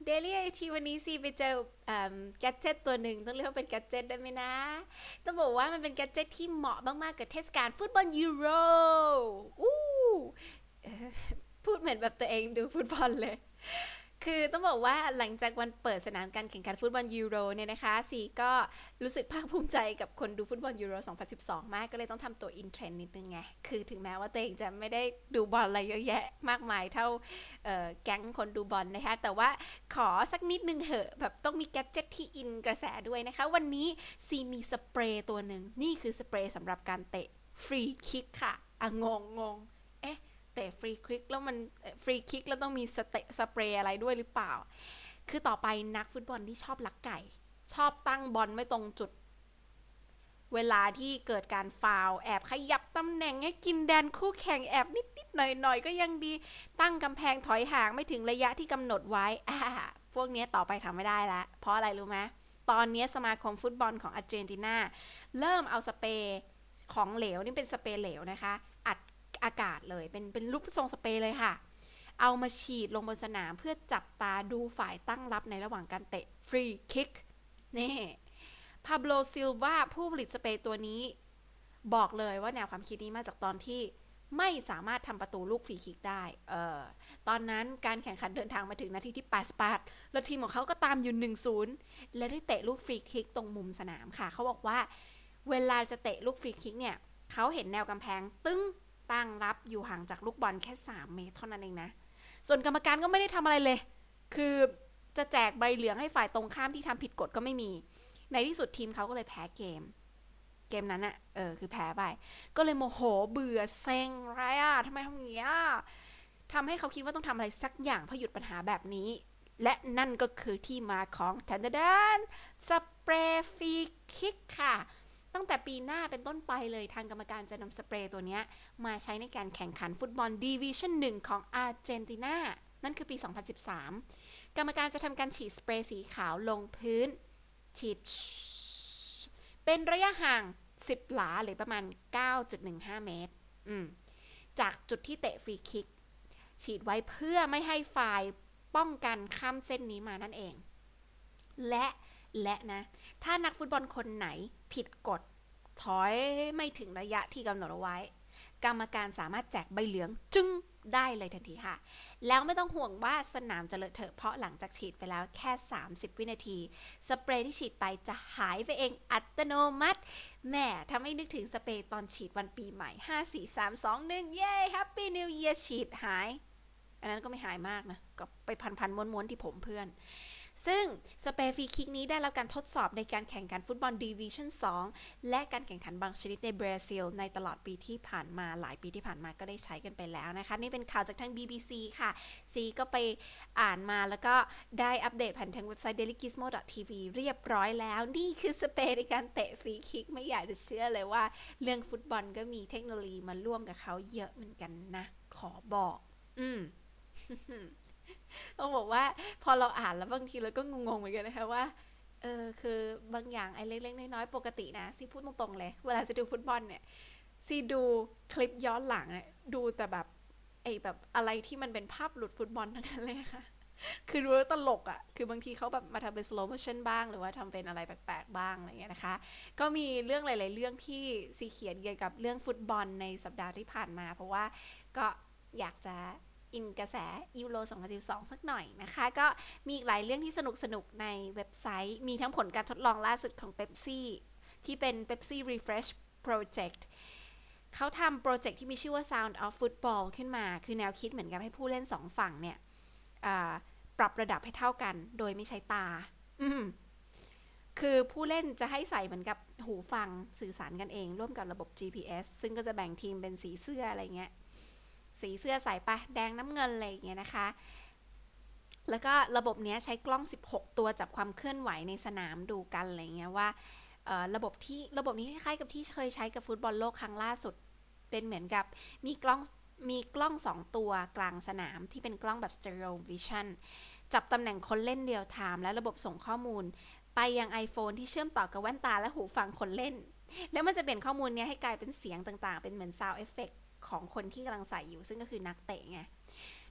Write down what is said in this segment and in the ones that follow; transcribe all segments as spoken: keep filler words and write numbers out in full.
เดลี่ไอทีวันนี้ซีไปเจอแกดเจิตตัวหนึ่งต้องเรียกว่าเป็นแกดเจิตได้ไหมนะต้องบอกว่ามันเป็นแกดเจิตที่เหมาะมากๆกับเทศกาลฟุตบอลยูโรอู้พูดเหมือนแบบตัวเองดูฟุตบอลเลย คือต้องบอกว่าหลังจากวันเปิดสนามการแข่งขันฟุตบอลยูโรเนี่ยนะคะซีก็รู้สึกภาคภูมิใจกับคนดูฟุตบอลยูโรสองพันสิบสองมากก็เลยต้องทำตัวอินเทรนด์นิดนึงไงคือถึงแม้ว่าตัวเองจะไม่ได้ดูบอลอะไรเยอะแยะมากมายเท่าแก๊งคนดูบอลนะคะแต่ว่าขอสักนิดนึงเหอะแบบต้องมีแกดเจ็ตที่อินกระแสด้วยนะคะวันนี้ซีมีสเปรย์ตัวหนึ่งนี่คือสเปรย์สำหรับการเตะฟรีคิกค่ะอ่ะงงงงเอ๊ะเตะฟรีคิกแล้วมันฟรีคิกแล้วต้องมีสเตสเปรย์อะไรด้วยหรือเปล่าคือต่อไปนักฟุตบอลที่ชอบลักไก่ชอบตั้งบอลไม่ตรงจุดเวลาที่เกิดการฟาวแอบขยับตำแหน่งให้กินแดนคู่แข่งแอบนิดๆหน่อยๆก็ยังดีตั้งกำแพงถอยห่างไม่ถึงระยะที่กำหนดไว้อ่าพวกนี้ต่อไปทำไม่ได้ละเพราะอะไรรู้ไหมตอนนี้สมาคมฟุตบอลของอาร์เจนตินาเริ่มเอาสเปรย์ของเหลวนี่เป็นสเปรย์เหลวนะคะอัดอากาศเลยเป็นเป็นรูปทรงสเปรย์เลยค่ะเอามาฉีดลงบนสนามเพื่อจับตาดูฝ่ายตั้งรับในระหว่างการเตะฟรีคิกนี่พาโบโลซิลวาผู้ผลิตสเปรย์ตัวนี้บอกเลยว่าแนวความคิดนี้มาจากตอนที่ไม่สามารถทำประตูลูกฟรีคิกได้เออตอนนั้นการแข่งขันเดินทางมาถึงนาทีที่แปดสิบแปดแล้วทีมของเขาก็ตามอยู่หนึ่งศูนย์และได้เตะลูกฟรีคิกตรงมุมสนามค่ะเขาบอกว่าเวลาจะเตะลูกฟรีคิกเนี่ยเขาเห็นแนวกำแพงตึ้งตั้งรับอยู่ห่างจากลูกบอลแค่สามเมตรเท่านั้นเองนะส่วนกรรมการก็ไม่ได้ทำอะไรเลยคือจะแจกใบเหลืองให้ฝ่ายตรงข้ามที่ทำผิดกฎก็ไม่มีในที่สุดทีมเขาก็เลยแพ้เกมเกมนั้นอะเออคือแพ้ไปก็เลยโมโหเบื่อเซ็งไรอะทำไมทำอย่างเงี้ยทำให้เขาคิดว่าต้องทำอะไรสักอย่างเพื่อหยุดปัญหาแบบนี้และนั่นก็คือที่มาของแทนเดนสเปรย์ฟรีคิกค่ะตั้งแต่ปีหน้าเป็นต้นไปเลยทางกรรมการจะนำสเปรย์ตัวนี้มาใช้ในการแข่งขันฟุตบอลดิวิชั่นหนึ่งของอาร์เจนตินานั่นคือปีสองพันสิบสามกรรมการจะทำการฉีดสเปรย์สีขาวลงพื้นฉีดเป็นระยะห่างสิบหลาหรือประมาณ เก้าจุดหนึ่งห้า เมตรจากจุดที่เตะฟรีคิกฉีดไว้เพื่อไม่ให้ฝ่ายป้องกันข้ามเส้นนี้มานั่นเองและและนะถ้านักฟุตบอลคนไหนผิดกฎถอยไม่ถึงระยะที่กำหนดเอาไว้กรรมการสามารถแจกใบเหลืองจึ้งได้เลยทันทีค่ะแล้วไม่ต้องห่วงว่าสนามจะเลอะเทอะเพราะหลังจากฉีดไปแล้วแค่สามสิบวินาทีสเปรย์ที่ฉีดไปจะหายไปเองอัตโนมัติแม่ทำให้นึกถึงสเปรย์ตอนฉีดวันปีใหม่ห้า สี่ สาม สอง หนึ่งเย้แฮปปี้นิวเยียร์ฉีดหายอันนั้นก็ไม่หายมากนะก็ไปพันๆม้วนๆที่ผมเพื่อนซึ่งสเปรย์ฟรีคิกนี้ได้รับการทดสอบในการแข่งขันฟุตบอลดิวิชั่นสองและการแข่งขันบางชนิดในบราซิลในตลอดปีที่ผ่านมาหลายปีที่ผ่านมาก็ได้ใช้กันไปแล้วนะคะนี่เป็นข่าวจากทาง บี บี ซี ค่ะซีก็ไปอ่านมาแล้วก็ได้อัปเดตผ่านทางเว็บไซต์ เดลิกิสโม ดอท ที วี เรียบร้อยแล้วนี่คือสเปรย์ในการเตะฟรีคิกไม่อยากจะเชื่อเลยว่าเรื่องฟุตบอลก็มีเทคโนโลยีมาร่วมกับเขาเยอะเหมือนกันนะขอบอกอืม ต้องบอกว่าพอเราอ่านแล้วบางทีเราก็งงๆเหมือนกันนะคะว่าเออคือบางอย่างไอ้เล็กๆน้อยๆปกตินะซีพูดตรงๆเลยเวลาจะดูฟุตบอลเนี่ยซีดูคลิปย้อนหลังอะดูแต่แบบไอ้แบบอะไรที่มันเป็นภาพหลุดฟุตบอลทั้งนั้นเลยค่ะคือดูแล้วตลกอะคือบางทีเขาแบบมาทำเป็น slow motion บ้างหรือว่าทำเป็นอะไรแปลกๆบ้างอะไรเงี้ยนะคะก็มีเรื่องหลายๆเรื่องที่ซีเขียนเกี่ยวกับเรื่องฟุตบอลในสัปดาห์ที่ผ่านมาเพราะว่าก็อยากจะอินกระแสยูโรสองพันสิบสองสักหน่อยนะคะก็มีอีกหลายเรื่องที่สนุกสนุกในเว็บไซต์มีทั้งผลการทดลองล่าสุดของ Pepsi ที่เป็น Pepsi Refresh Project เขาทำโปรเจกต์ที่มีชื่อว่า Sound of Football ขึ้นมาคือแนวคิดเหมือนกับให้ผู้เล่นสองฝั่งเนี่ยปรับระดับให้เท่ากันโดยไม่ใช้ตาอืมคือผู้เล่นจะให้ใส่เหมือนกับหูฟังสื่อสารกันเองร่วมกับระบบ จี พี เอส ซึ่งก็จะแบ่งทีมเป็นสีเสื้ออะไรเงี้ยสีเสื้อใส่ปะแดงน้ำเงินอะไรอย่างเงี้ยนะคะแล้วก็ระบบนี้ใช้กล้องสิบหกตัวจับความเคลื่อนไหวในสนามดูกันอะไรเงี้ยว่าระบบที่ระบบนี้คล้ายๆกับที่เคยใช้กับฟุตบอลโลกครั้งล่าสุดเป็นเหมือนกับมีกล้องมีกล้องสองตัวกลางสนามที่เป็นกล้องแบบ stereo vision จับตำแหน่งคนเล่นเรียลไทม์และระบบส่งข้อมูลไปยัง iPhone ที่เชื่อมต่อกับแว่นตาและหูฟังคนเล่นแล้วมันจะเปลี่ยนข้อมูลนี้ให้กลายเป็นเสียงต่างๆเป็นเหมือน sound effect ของคนที่กำลังใส่อยู่ซึ่งก็คือนักเตะไง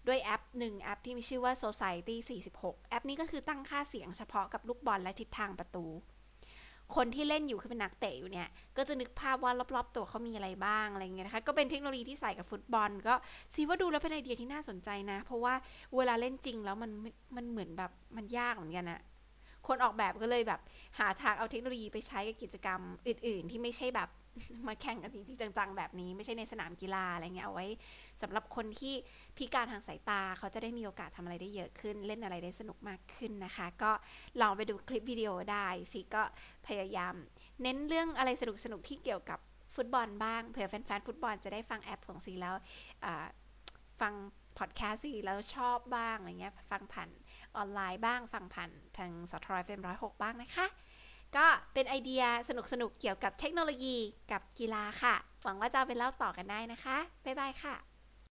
ด้วยแอปหนึ่งแอปที่มีชื่อว่า Society สี่สิบหกแอปนี้ก็คือตั้งค่าเสียงเฉพาะกับลูกบอลและทิศทางประตูคนที่เล่นอยู่คือเป็นนักเตะอยู่เนี่ยก็จะนึกภาพว่ารอบๆตัวเขามีอะไรบ้างอะไรเงี้ยนะคะก็เป็นเทคโนโลยีที่ใส่กับฟุตบอลก็ซีว่าดูแล้วเป็นไอเดียที่น่าสนใจนะเพราะว่าเวลาเล่นจริงแล้วมันมันเหมือนแบบมันยากเหมือนกันอะคนออกแบบก็เลยแบบหาทางเอาเทคโนโลยีไปใช้กับกิจกรรมอื่นๆที่ไม่ใช่แบบมาแข่งกันจริงๆจังๆแบบนี้ไม่ใช่ในสนามกีฬาอะไรเงี้ยเอาไว้สำหรับคนที่พิการทางสายตาเขาจะได้มีโอกาสทำอะไรได้เยอะขึ้นเล่นอะไรได้สนุกมากขึ้นนะคะก็ลองไปดูคลิปวิดีโอได้สิก็พยายามเน้นเรื่องอะไรสนุกๆที่เกี่ยวกับฟุตบอลบ้างเผื่อแฟนๆฟุตบอลจะได้ฟังแอปของซีแล้วฟังพอดแคสต์ซีแล้วชอบบ้างอะไรเงี้ยฟังผ่านออนไลน์บ้างฟังผ่านทางสทร เอฟ เอ็ม หนึ่งศูนย์หกบ้างนะคะก็เป็นไอเดียสนุกๆเกี่ยวกับเทคโนโลยีกับกีฬาค่ะหวังว่าจะเอาไปเล่าต่อกันได้นะคะบ๊ายบายค่ะ